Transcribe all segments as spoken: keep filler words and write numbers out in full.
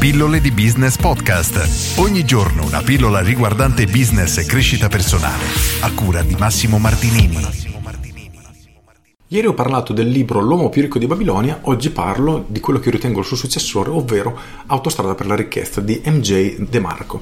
Pillole di Business Podcast. Ogni giorno una pillola riguardante business e crescita personale, a cura di Massimo Martinini. Ieri ho parlato del libro L'uomo più ricco di Babilonia, oggi parlo di quello che io ritengo il suo successore, ovvero Autostrada per la ricchezza di M J DeMarco.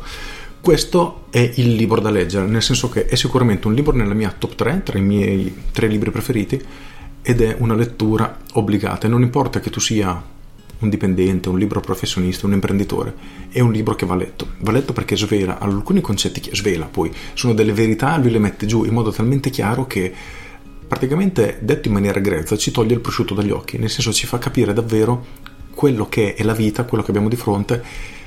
Questo è il libro da leggere, nel senso che è sicuramente un libro nella mia top tre, tra i miei tre libri preferiti, ed è una lettura obbligata. E non importa che tu sia un dipendente, un libero professionista, un imprenditore, è un libro che va letto. Va letto perché svela alcuni concetti, che svela poi, sono delle verità, lui le mette giù in modo talmente chiaro che praticamente, detto in maniera grezza, ci toglie il prosciutto dagli occhi, nel senso ci fa capire davvero quello che è la vita, quello che abbiamo di fronte,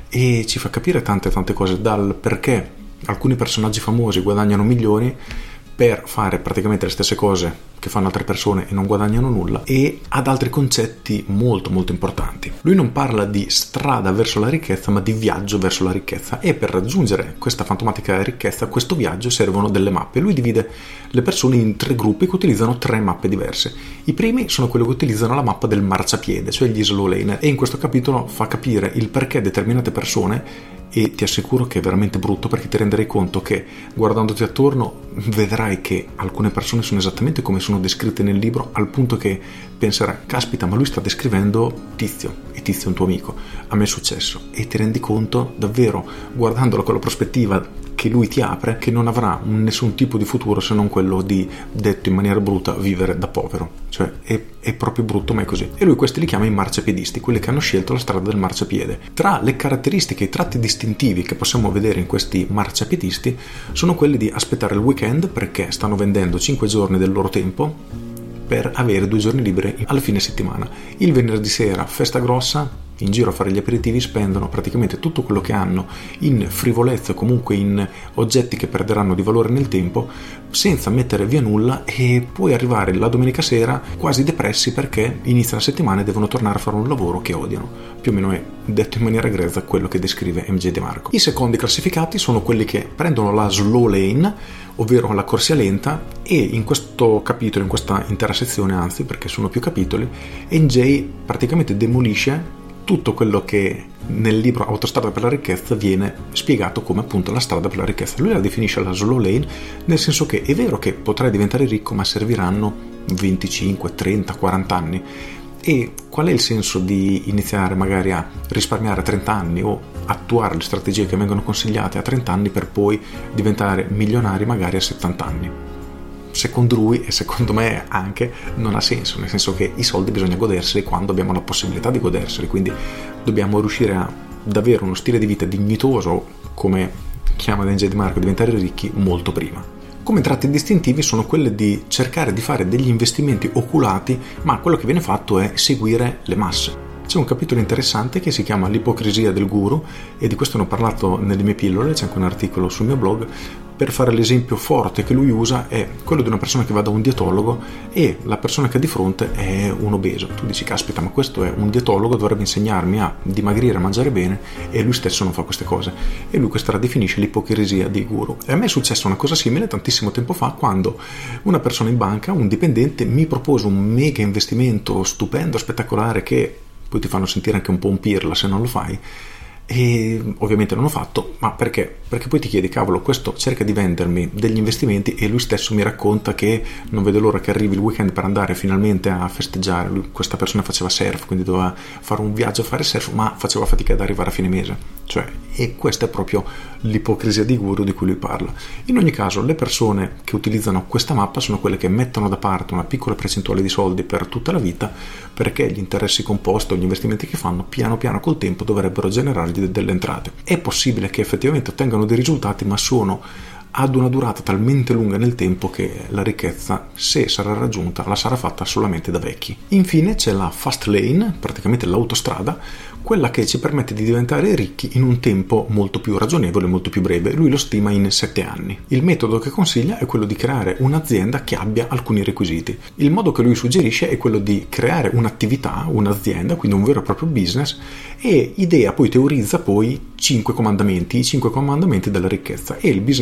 e ci fa capire tante tante cose, dal perché alcuni personaggi famosi guadagnano milioni per fare praticamente le stesse cose che fanno altre persone e non guadagnano nulla, e ad altri concetti molto molto importanti. Lui non parla di strada verso la ricchezza, ma di viaggio verso la ricchezza, e per raggiungere questa fantomatica ricchezza, questo viaggio, servono delle mappe. Lui divide le persone in tre gruppi che utilizzano tre mappe diverse. I primi sono quelli che utilizzano la mappa del marciapiede, cioè gli slow laner, e in questo capitolo fa capire il perché determinate persone, e ti assicuro che è veramente brutto, perché ti renderai conto che guardandoti attorno vedrai che alcune persone sono esattamente come sono descritte nel libro, al punto che penserai, caspita, ma lui sta descrivendo Tizio, e Tizio è un tuo amico, a me è successo, e ti rendi conto davvero, guardandolo con la prospettiva che lui ti apre, che non avrà nessun tipo di futuro se non quello di, detto in maniera brutta, vivere da povero. Cioè è, è proprio brutto, ma è così. E lui questi li chiama i marciapiedisti, quelli che hanno scelto la strada del marciapiede. Tra le caratteristiche e i tratti distintivi che possiamo vedere in questi marciapiedisti sono quelli di aspettare il weekend, perché stanno vendendo cinque giorni del loro tempo per avere due giorni liberi alla fine settimana. Il venerdì sera, festa grossa, in giro a fare gli aperitivi, spendono praticamente tutto quello che hanno in frivolezza, comunque in oggetti che perderanno di valore nel tempo, senza mettere via nulla, e poi arrivare la domenica sera quasi depressi perché inizia la settimana e devono tornare a fare un lavoro che odiano. Più o meno è, detto in maniera grezza, quello che descrive M J DeMarco. I secondi classificati sono quelli che prendono la slow lane, ovvero la corsia lenta, e in questo capitolo, in questa intera sezione anzi, perché sono più capitoli, M J praticamente demolisce tutto quello che nel libro Autostrada per la ricchezza viene spiegato come appunto la strada per la ricchezza. Lui la definisce la slow lane, nel senso che è vero che potrai diventare ricco, ma serviranno venticinque, trenta, quaranta anni. E qual è il senso di iniziare magari a risparmiare a trenta anni o attuare le strategie che vengono consigliate a trenta anni per poi diventare milionari magari a settanta anni? Secondo lui, e secondo me anche, non ha senso, nel senso che i soldi bisogna goderseli quando abbiamo la possibilità di goderseli, quindi dobbiamo riuscire a davvero uno stile di vita dignitoso, come chiama M J DeMarco, diventare ricchi molto prima. Come tratti distintivi sono quelli di cercare di fare degli investimenti oculati, ma quello che viene fatto è seguire le masse. C'è un capitolo interessante che si chiama L'ipocrisia del guru, e di questo ne ho parlato nelle mie pillole, c'è anche un articolo sul mio blog. Per fare l'esempio forte che lui usa è quello di una persona che va da un dietologo e la persona che ha di fronte è un obeso. Tu dici, caspita, ma questo è un dietologo, dovrebbe insegnarmi a dimagrire, a mangiare bene, e lui stesso non fa queste cose. E lui questa la definisce l'ipocrisia dei guru. E a me è successa una cosa simile tantissimo tempo fa, quando una persona in banca, un dipendente, mi propose un mega investimento stupendo, spettacolare, che poi ti fanno sentire anche un po' un pirla se non lo fai. E ovviamente non l'ho fatto, ma perché? Perché poi ti chiedi, cavolo, questo cerca di vendermi degli investimenti e lui stesso mi racconta che non vede l'ora che arrivi il weekend per andare finalmente a festeggiare. Lui, questa persona faceva surf, quindi doveva fare un viaggio a fare surf, ma faceva fatica ad arrivare a fine mese. Cioè, e questa è proprio l'ipocrisia di guru di cui lui parla. In ogni caso, le persone che utilizzano questa mappa sono quelle che mettono da parte una piccola percentuale di soldi per tutta la vita, perché gli interessi composti o gli investimenti che fanno piano piano col tempo dovrebbero generargli delle entrate. È possibile che effettivamente ottengano dei risultati, ma sono ad una durata talmente lunga nel tempo che la ricchezza, se sarà raggiunta, la sarà fatta solamente da vecchi. Infine c'è la fast lane, praticamente l'autostrada, quella che ci permette di diventare ricchi in un tempo molto più ragionevole, molto più breve. Lui lo stima in sette anni. Il metodo che consiglia è quello di creare un'azienda che abbia alcuni requisiti. Il modo che lui suggerisce è quello di creare un'attività, un'azienda, quindi un vero e proprio business, e idea, poi teorizza poi cinque comandamenti, i cinque comandamenti della ricchezza. E il business che andiamo a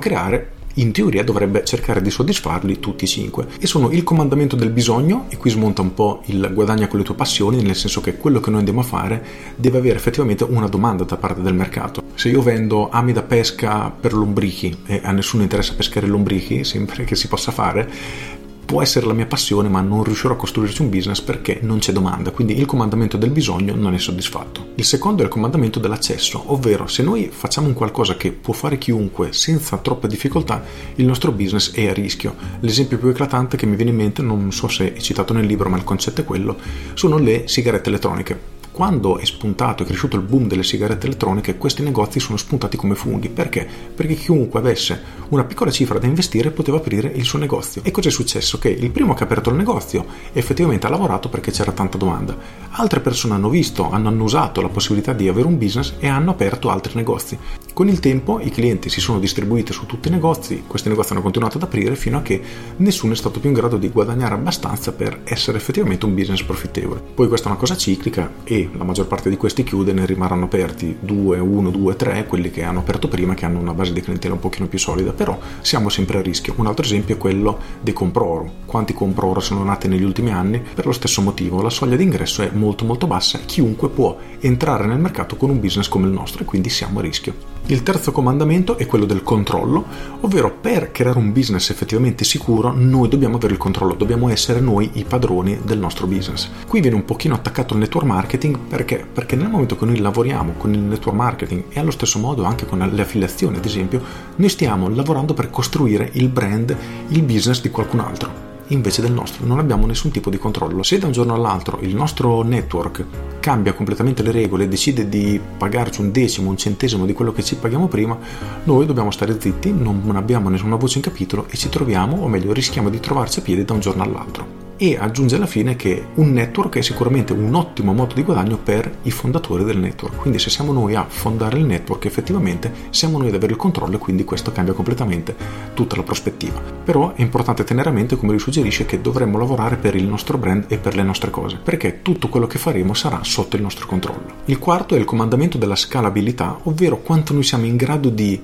creare, in teoria dovrebbe cercare di soddisfarli tutti e cinque, e sono il comandamento del bisogno, e qui smonta un po' il guadagna con le tue passioni, nel senso che quello che noi andiamo a fare deve avere effettivamente una domanda da parte del mercato. Se io vendo ami da pesca per lombrichi e a nessuno interessa pescare lombrichi, sempre che si possa fare, può essere la mia passione, ma non riuscirò a costruirci un business perché non c'è domanda, quindi il comandamento del bisogno non è soddisfatto. Il secondo è il comandamento dell'accesso, ovvero se noi facciamo un qualcosa che può fare chiunque senza troppe difficoltà, il nostro business è a rischio. L'esempio più eclatante che mi viene in mente, non so se è citato nel libro, ma il concetto è quello, sono le sigarette elettroniche. Quando è spuntato, è cresciuto il boom delle sigarette elettroniche, questi negozi sono spuntati come funghi. Perché? Perché chiunque avesse una piccola cifra da investire poteva aprire il suo negozio. E cosa è successo? Che il primo che ha aperto il negozio effettivamente ha lavorato perché c'era tanta domanda. Altre persone hanno visto, hanno annusato la possibilità di avere un business e hanno aperto altri negozi. Con il tempo i clienti si sono distribuiti su tutti i negozi, questi negozi hanno continuato ad aprire fino a che nessuno è stato più in grado di guadagnare abbastanza per essere effettivamente un business profittevole. Poi questa è una cosa ciclica e la maggior parte di questi chiude, ne rimarranno aperti due, uno, due, tre, quelli che hanno aperto prima, che hanno una base di clientela un pochino più solida, però siamo sempre a rischio. Un altro esempio è quello dei compro oro. Quanti compro oro sono nati negli ultimi anni? Per lo stesso motivo, la soglia di ingresso è molto molto bassa, chiunque può entrare nel mercato con un business come il nostro e quindi siamo a rischio. Il terzo comandamento è quello del controllo, ovvero per creare un business effettivamente sicuro noi dobbiamo avere il controllo, dobbiamo essere noi i padroni del nostro business. Qui viene un pochino attaccato il network marketing, perché? Perché nel momento che noi lavoriamo con il network marketing e allo stesso modo anche con le affiliazioni ad esempio, noi stiamo lavorando per costruire il brand, il business di qualcun altro. Invece del nostro non abbiamo nessun tipo di controllo. Se da un giorno all'altro il nostro network cambia completamente le regole e decide di pagarci un decimo, un centesimo di quello che ci paghiamo prima, noi dobbiamo stare zitti, non abbiamo nessuna voce in capitolo e ci troviamo, o meglio rischiamo di trovarci a piedi da un giorno all'altro. E aggiunge alla fine che un network è sicuramente un ottimo modo di guadagno per i fondatori del network, quindi se siamo noi a fondare il network effettivamente siamo noi ad avere il controllo e quindi questo cambia completamente tutta la prospettiva. Però è importante tenere a mente, come lui suggerisce, che dovremmo lavorare per il nostro brand e per le nostre cose, perché tutto quello che faremo sarà sotto il nostro controllo. Il quarto è il comandamento della scalabilità, ovvero quanto noi siamo in grado di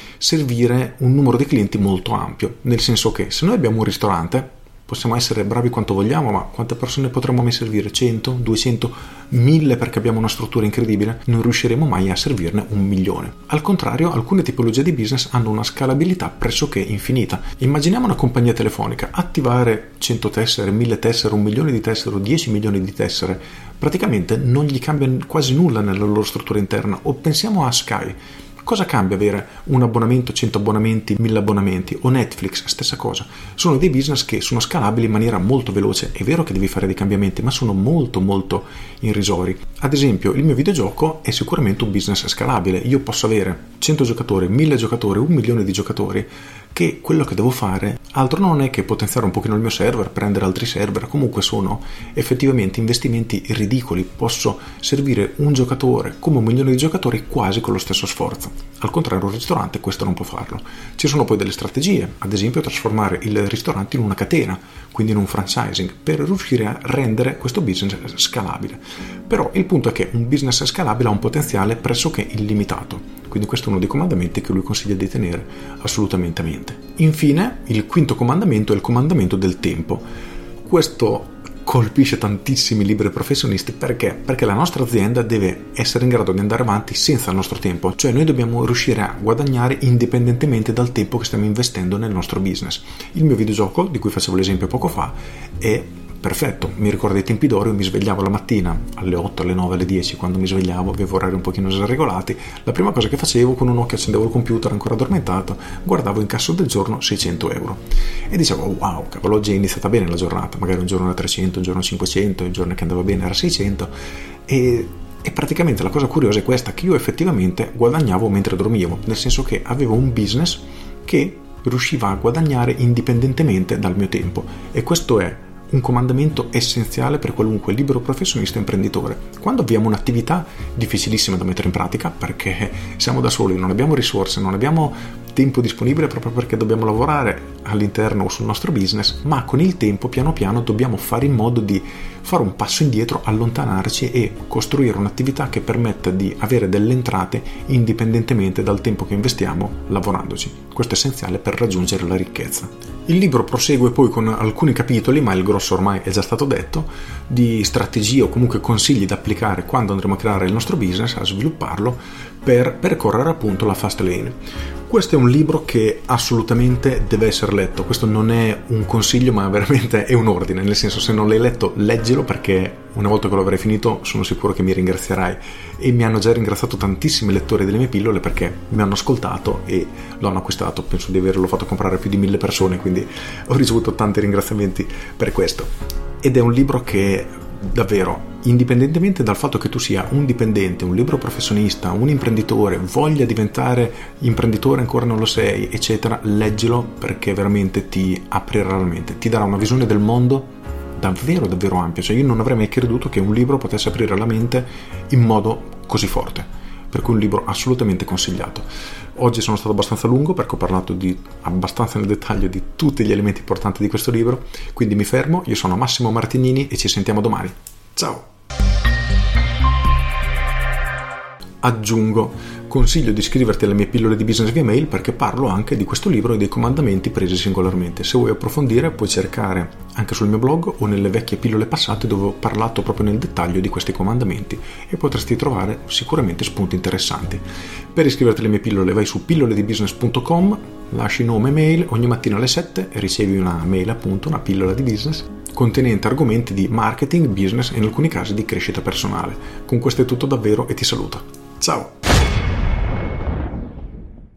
servire un numero di clienti molto ampio, nel senso che se noi abbiamo un ristorante possiamo essere bravi quanto vogliamo, ma quante persone potremmo mai servire? cento, duecento, mille perché abbiamo una struttura incredibile? Non riusciremo mai a servirne un milione. Al contrario, alcune tipologie di business hanno una scalabilità pressoché infinita. Immaginiamo una compagnia telefonica, attivare cento tessere, mille tessere, un milione di tessere o dieci milioni di tessere, praticamente non gli cambia quasi nulla nella loro struttura interna. O pensiamo a Sky. Cosa cambia avere un abbonamento, cento abbonamenti, mille abbonamenti? O Netflix, stessa cosa. Sono dei business che sono scalabili in maniera molto veloce. È vero che devi fare dei cambiamenti, ma sono molto molto irrisori. Ad esempio, il mio videogioco è sicuramente un business scalabile. Io posso avere cento giocatori, mille giocatori, un milione di giocatori, che quello che devo fare altro non è che potenziare un pochino il mio server, prendere altri server. Comunque sono effettivamente investimenti ridicoli. Posso servire un giocatore come un milione di giocatori quasi con lo stesso sforzo. Al contrario, un ristorante questo non può farlo. Ci sono poi delle strategie, ad esempio trasformare il ristorante in una catena, quindi in un franchising, per riuscire a rendere questo business scalabile. Però il punto è che un business scalabile ha un potenziale pressoché illimitato. Quindi questo è uno dei comandamenti che lui consiglia di tenere assolutamente a mente. Infine, il quinto comandamento è il comandamento del tempo. Questo colpisce tantissimi liberi professionisti. Perché? Perché la nostra azienda deve essere in grado di andare avanti senza il nostro tempo, cioè noi dobbiamo riuscire a guadagnare indipendentemente dal tempo che stiamo investendo nel nostro business. Il mio videogioco, di cui facevo l'esempio poco fa, è perfetto, mi ricordo i tempi d'oro. Io mi svegliavo la mattina alle otto, alle nove, alle dieci, quando mi svegliavo avevo orari un pochino sregolati. La prima cosa che facevo, con un occhio accendevo il computer ancora addormentato, guardavo in casso del giorno seicento euro e dicevo wow, cavolo, oggi è iniziata bene la giornata, magari un giorno era trecento, un giorno cinquecento, il giorno che andava bene era seicento e E praticamente la cosa curiosa è questa, che io effettivamente guadagnavo mentre dormivo, nel senso che avevo un business che riusciva a guadagnare indipendentemente dal mio tempo, e questo è un comandamento essenziale per qualunque libero professionista imprenditore. Quando abbiamo un'attività difficilissima da mettere in pratica, perché siamo da soli, non abbiamo risorse, non abbiamo tempo disponibile proprio perché dobbiamo lavorare all'interno o sul nostro business, ma con il tempo piano piano dobbiamo fare in modo di fare un passo indietro, allontanarci e costruire un'attività che permetta di avere delle entrate indipendentemente dal tempo che investiamo lavorandoci. Questo è essenziale per raggiungere la ricchezza. Il libro prosegue poi con alcuni capitoli, ma il grosso ormai è già stato detto, di strategie o comunque consigli da applicare quando andremo a creare il nostro business, a svilupparlo, per percorrere appunto la fast lane. Questo è un libro che assolutamente deve essere letto. Questo non è un consiglio, ma veramente è un ordine, nel senso, se non l'hai letto, leggilo, perché una volta che lo avrai finito sono sicuro che mi ringrazierai. E mi hanno già ringraziato tantissimi lettori delle mie pillole perché mi hanno ascoltato e lo hanno acquistato. Penso di averlo fatto comprare a più di mille persone, quindi ho ricevuto tanti ringraziamenti per questo. Ed è un libro che davvero, indipendentemente dal fatto che tu sia un dipendente, un libero professionista, un imprenditore, voglia diventare imprenditore, ancora non lo sei, eccetera, leggilo, perché veramente ti aprirà la mente, ti darà una visione del mondo davvero davvero ampia. Cioè, io non avrei mai creduto che un libro potesse aprire la mente in modo così forte, per cui un libro assolutamente consigliato. Oggi sono stato abbastanza lungo perché ho parlato di abbastanza nel dettaglio di tutti gli elementi importanti di questo libro, quindi mi fermo. Io sono Massimo Martignini e ci sentiamo domani. Ciao! Aggiungo, consiglio di iscriverti alle mie pillole di business via mail perché parlo anche di questo libro e dei comandamenti presi singolarmente. Se vuoi approfondire puoi cercare anche sul mio blog o nelle vecchie pillole passate dove ho parlato proprio nel dettaglio di questi comandamenti e potresti trovare sicuramente spunti interessanti. Per iscriverti alle mie pillole vai su pillole di business punto com, lasci nome e mail, ogni mattina alle sette e ricevi una mail, appunto una pillola di business contenente argomenti di marketing, business e in alcuni casi di crescita personale. Con questo è tutto davvero e ti saluto. Ciao!